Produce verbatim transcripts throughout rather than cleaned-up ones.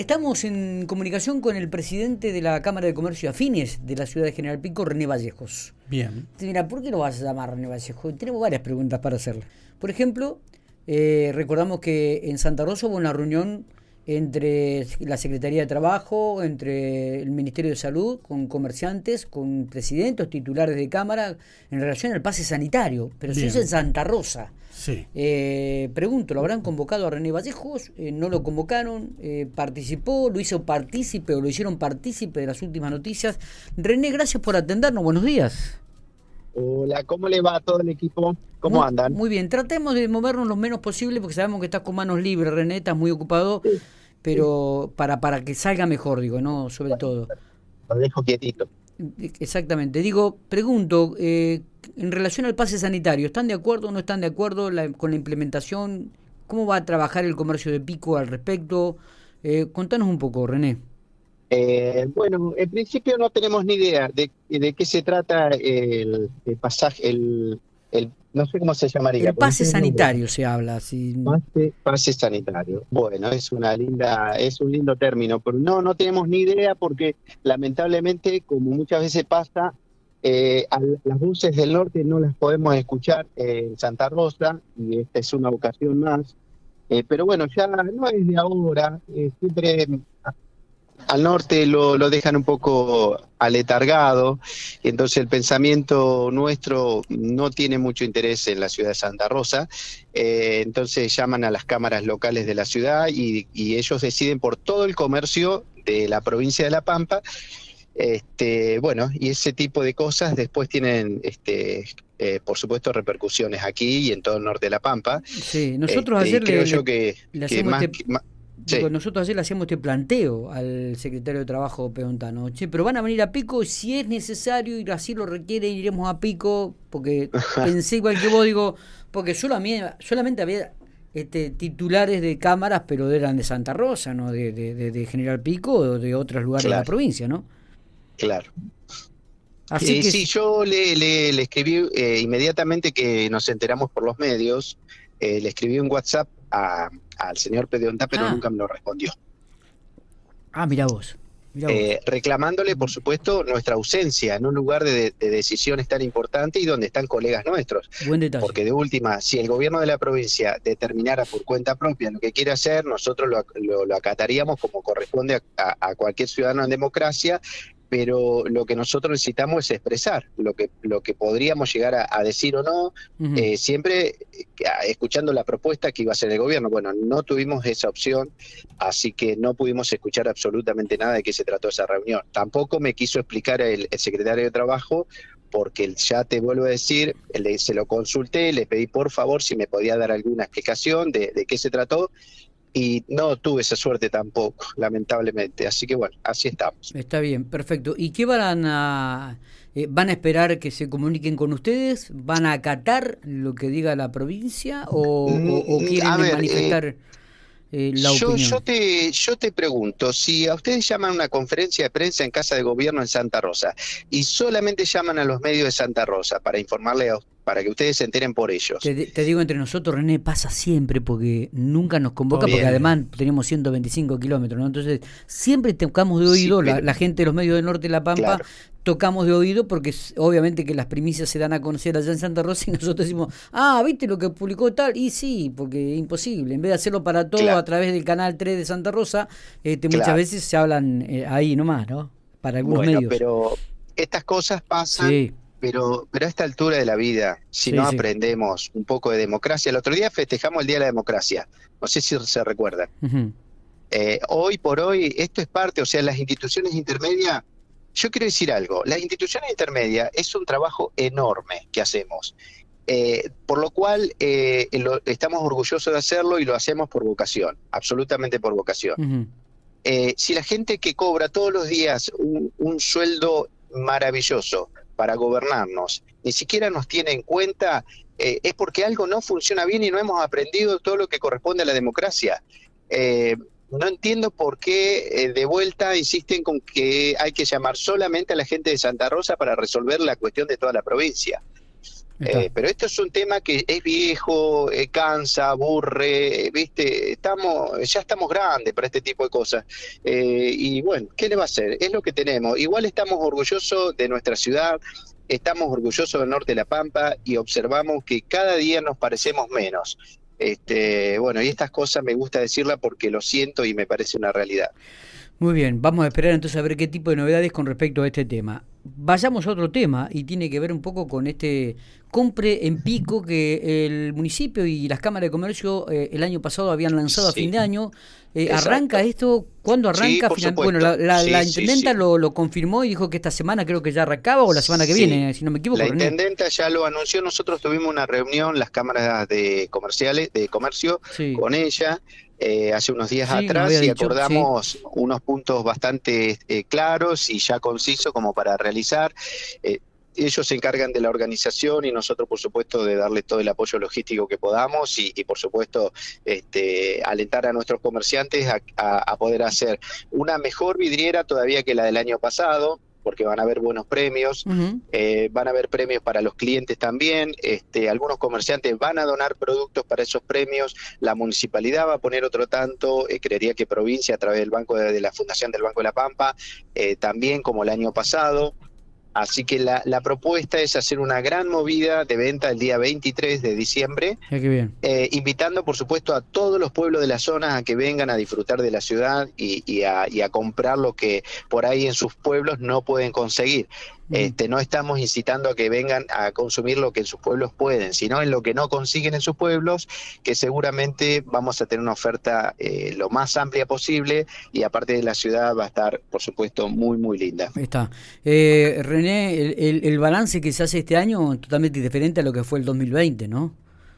Estamos en comunicación con el presidente de la Cámara de Comercio Afines de la ciudad de General Pico, René Vallejos. Bien. Mira, ¿por qué lo vas a llamar René Vallejos? Tenemos varias preguntas para hacerle. Por ejemplo, eh, recordamos que en Santa Rosa hubo una reunión entre la Secretaría de Trabajo, entre el Ministerio de Salud, con comerciantes, con presidentes, titulares de Cámara, en relación al pase sanitario, pero se hizo en Santa Rosa. Sí. Eh, pregunto, ¿lo habrán convocado a René Vallejos? Eh, ¿No lo convocaron? Eh, ¿Participó? ¿Lo hizo partícipe o lo hicieron partícipe de las últimas noticias? René, gracias por atendernos. Buenos días. Hola, ¿cómo le va a todo el equipo? ¿Cómo muy, andan? Muy bien, tratemos de movernos lo menos posible porque sabemos que estás con manos libres, René, estás muy ocupado, sí, pero sí. para para que salga mejor, digo, ¿no? Sobre bueno, todo. Lo dejo quietito. Exactamente. Digo, pregunto, eh, en relación al pase sanitario, ¿están de acuerdo o no están de acuerdo la, con la implementación? ¿Cómo va a trabajar el comercio de Pico al respecto? Eh, contanos un poco, René. Eh, bueno, en principio no tenemos ni idea de, de qué se trata el, el pasaje, el, el, no sé cómo se llamaría. El pase sanitario se habla. Así. Pase, pase sanitario. Bueno, es una linda, es un lindo término, pero no, no tenemos ni idea porque lamentablemente, como muchas veces pasa, eh, a las voces del norte no las podemos escuchar en Santa Rosa y esta es una ocasión más. Eh, pero bueno, ya no es de ahora, eh, siempre al norte lo, lo dejan un poco aletargado, y entonces el pensamiento nuestro no tiene mucho interés en la ciudad de Santa Rosa, eh, entonces llaman a las cámaras locales de la ciudad y, y ellos deciden por todo el comercio de la provincia de La Pampa. Este, bueno, y ese tipo de cosas después tienen, este, eh, por supuesto, repercusiones aquí y en todo el norte de La Pampa. Sí, nosotros este, ayer creo le, yo que, le que más... este... Que más Digo, sí. Nosotros ayer le hacíamos este planteo al secretario de Trabajo peontano. Che, pero van a venir a Pico, si es necesario y así lo requiere, iremos a Pico, porque pensé igual que vos, digo, porque solamente, solamente había este, titulares de cámaras, pero eran de Santa Rosa, ¿no? De, de, de, de General Pico o de otros lugares claro. de la provincia, ¿no? Claro. Así eh, que... Sí, yo le, le, le escribí eh, inmediatamente que nos enteramos por los medios, eh, le escribí un WhatsApp a, al señor Pedionta, pero ah. nunca me lo respondió. Ah, mira vos. Mirá vos. Eh, reclamándole, por supuesto, nuestra ausencia en un lugar de, de decisiones tan importante y donde están colegas nuestros. Buen detalle. Porque de última, si el gobierno de la provincia determinara por cuenta propia lo que quiere hacer, nosotros lo, lo, lo acataríamos como corresponde a, a, a cualquier ciudadano en democracia, pero lo que nosotros necesitamos es expresar lo que lo que podríamos llegar a, a decir o no, uh-huh. eh, siempre eh, escuchando la propuesta que iba a hacer el gobierno. Bueno, no tuvimos esa opción, así que no pudimos escuchar absolutamente nada de qué se trató esa reunión. Tampoco me quiso explicar el, el secretario de Trabajo, porque ya te vuelvo a decir, le, se lo consulté, le pedí por favor si me podía dar alguna explicación de, de qué se trató, y no tuve esa suerte tampoco, lamentablemente. Así que bueno, así estamos. Está bien, perfecto. ¿Y qué van a eh, van a esperar que se comuniquen con ustedes? ¿Van a acatar lo que diga la provincia o, o, o quieren ver, manifestar eh, eh, la yo, opinión? Yo te, yo te pregunto, si a ustedes llaman a una conferencia de prensa en Casa de Gobierno en Santa Rosa y solamente llaman a los medios de Santa Rosa para informarle a para que ustedes se enteren por ellos. Te, te digo entre nosotros, René, pasa siempre porque nunca nos convoca, oh, porque además tenemos ciento veinticinco kilómetros, ¿no? Entonces siempre tocamos de oído, sí, pero... la, la gente de los medios del norte de La Pampa, claro. tocamos de oído porque obviamente que las primicias se dan a conocer allá en Santa Rosa y nosotros decimos, ah, ¿viste lo que publicó tal? Y sí, porque es imposible. En vez de hacerlo para todo claro. a través del canal tres de Santa Rosa, este, muchas claro. veces se hablan eh, ahí nomás, ¿no? Para algunos bueno, medios. Pero estas cosas pasan... Sí. Pero, pero a esta altura de la vida, si sí, no sí. aprendemos un poco de democracia, el otro día festejamos el Día de la Democracia, no sé si se recuerdan. Uh-huh. Eh, hoy por hoy, esto es parte, o sea, las instituciones intermedias, yo quiero decir algo, las instituciones intermedias es un trabajo enorme que hacemos, eh, por lo cual eh, lo, estamos orgullosos de hacerlo y lo hacemos por vocación, absolutamente por vocación. Uh-huh. Eh, si la gente que cobra todos los días un, un sueldo maravilloso, para gobernarnos, ni siquiera nos tiene en cuenta, eh, es porque algo no funciona bien y no hemos aprendido todo lo que corresponde a la democracia. Eh, no entiendo por qué eh, de vuelta insisten con que hay que llamar solamente a la gente de Santa Rosa para resolver la cuestión de toda la provincia. Eh, pero esto es un tema que es viejo, eh, cansa, aburre, eh, viste, estamos, ya estamos grandes para este tipo de cosas. Eh, y bueno, ¿qué le va a hacer? Es lo que tenemos. Igual estamos orgullosos de nuestra ciudad, estamos orgullosos del norte de La Pampa y observamos que cada día nos parecemos menos. Este, bueno, y estas cosas me gusta decirlas porque lo siento y me parece una realidad. Muy bien, vamos a esperar entonces a ver qué tipo de novedades con respecto a este tema. Vayamos a otro tema y tiene que ver un poco con este compre en pico que el municipio y las cámaras de comercio eh, el año pasado habían lanzado sí. a fin de año. Eh, ¿Arranca esto? ¿Cuándo arranca? Sí, Final, bueno, la, la, sí, la intendenta sí, sí. Lo, lo confirmó y dijo que esta semana creo que ya arrancaba o la semana que sí. viene, si no me equivoco. La intendenta ya lo anunció, nosotros tuvimos una reunión, las cámaras de comerciales de comercio sí. con ella. Eh, hace unos días sí, atrás y dicho, acordamos sí. unos puntos bastante eh, claros y ya concisos como para realizar. Eh, ellos se encargan de la organización y nosotros, por supuesto, de darle todo el apoyo logístico que podamos y, y por supuesto, este, alentar a nuestros comerciantes a, a, a poder hacer una mejor vidriera todavía que la del año pasado, porque van a haber buenos premios, uh-huh. eh, van a haber premios para los clientes también, este, algunos comerciantes van a donar productos para esos premios, la municipalidad va a poner otro tanto, eh, creería que provincia a través del banco de, de la Fundación del Banco de la Pampa, eh, también como el año pasado. Así que la, la propuesta es hacer una gran movida de venta el día veintitrés de diciembre, ya, qué bien. Eh, invitando por supuesto a todos los pueblos de la zona a que vengan a disfrutar de la ciudad y, y, a, y a comprar lo que por ahí en sus pueblos no pueden conseguir. Este, no estamos incitando a que vengan a consumir lo que en sus pueblos pueden, sino en lo que no consiguen en sus pueblos, que seguramente vamos a tener una oferta eh, lo más amplia posible y aparte de la ciudad va a estar, por supuesto, muy, muy linda. Ahí está. Eh, René, el, el, el balance que se hace este año es totalmente diferente a lo que fue el dos mil veinte, ¿no?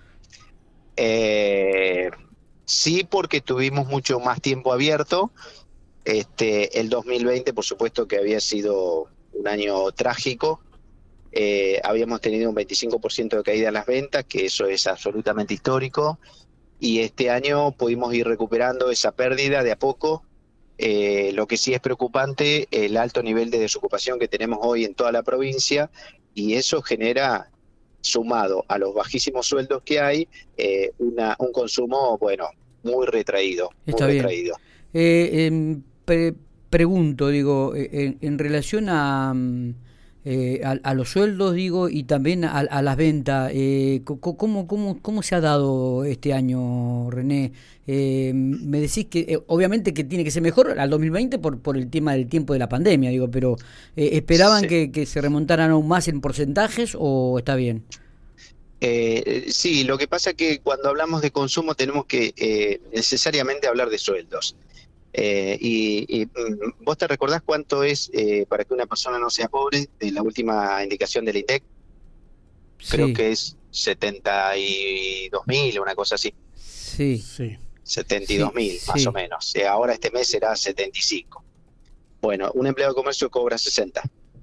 Eh, sí, porque tuvimos mucho más tiempo abierto. Este, el dos mil veinte, por supuesto, que había sido un año trágico, eh, habíamos tenido un veinticinco por ciento de caída en las ventas, que eso es absolutamente histórico, y este año pudimos ir recuperando esa pérdida de a poco. Eh, lo que sí es preocupante, el alto nivel de desocupación que tenemos hoy en toda la provincia, y eso genera, sumado a los bajísimos sueldos que hay, eh, una, un consumo, bueno, muy retraído. Está muy bien. retraído. Eh, eh, pre Pregunto, digo, en, en relación a, eh, a, a los sueldos, digo, y también a, a las ventas, eh, ¿cómo, cómo, ¿cómo se ha dado este año, René? Eh, me decís que eh, obviamente que tiene que ser mejor al dos mil veinte por, por el tema del tiempo de la pandemia, digo, pero eh, ¿esperaban sí. que, que se remontaran aún más en porcentajes o está bien? Eh, sí, lo que pasa es que cuando hablamos de consumo tenemos que eh, necesariamente hablar de sueldos. Eh, y, y ¿vos te recordás cuánto es eh, para que una persona no sea pobre de la última indicación del INDEC? Sí. Creo que es setenta y dos mil, una cosa así. Sí, sí. setenta y dos mil, sí, más sí. o menos. Eh, ahora este mes será setenta y cinco. Bueno, un empleado de comercio cobra sesenta.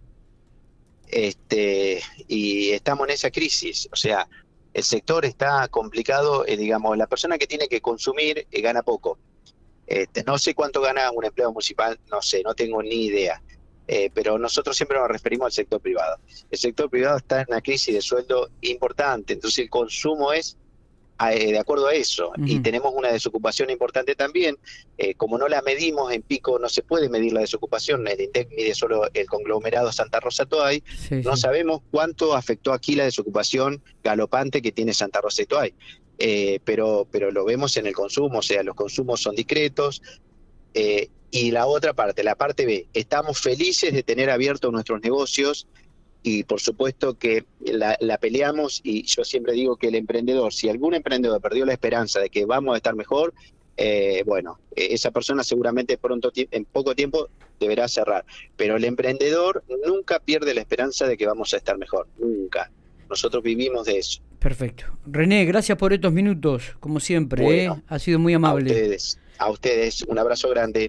Este, y estamos en esa crisis, o sea, el sector está complicado, eh, digamos, la persona que tiene que consumir eh, gana poco. Este, no sé cuánto gana un empleado municipal, no sé, no tengo ni idea, eh, pero nosotros siempre nos referimos al sector privado. El sector privado está en una crisis de sueldo importante, entonces el consumo es eh, de acuerdo a eso, uh-huh. y tenemos una desocupación importante también. Eh, como no la medimos en pico, no se puede medir la desocupación, el INDEC mide solo el conglomerado Santa Rosa Toay, sí, no sí. sabemos cuánto afectó aquí la desocupación galopante que tiene Santa Rosa y Toay. Eh, pero, pero lo vemos en el consumo, o sea, los consumos son discretos. Eh, y la otra parte, la parte B, estamos felices de tener abiertos nuestros negocios y por supuesto que la, la peleamos y yo siempre digo que el emprendedor, si algún emprendedor perdió la esperanza de que vamos a estar mejor, eh, bueno, esa persona seguramente pronto, en poco tiempo deberá cerrar. Pero el emprendedor nunca pierde la esperanza de que vamos a estar mejor, nunca. Nosotros vivimos de eso. Perfecto. René, gracias por estos minutos, como siempre. Bueno, ¿eh? Ha sido muy amable. A ustedes, a ustedes, un abrazo grande.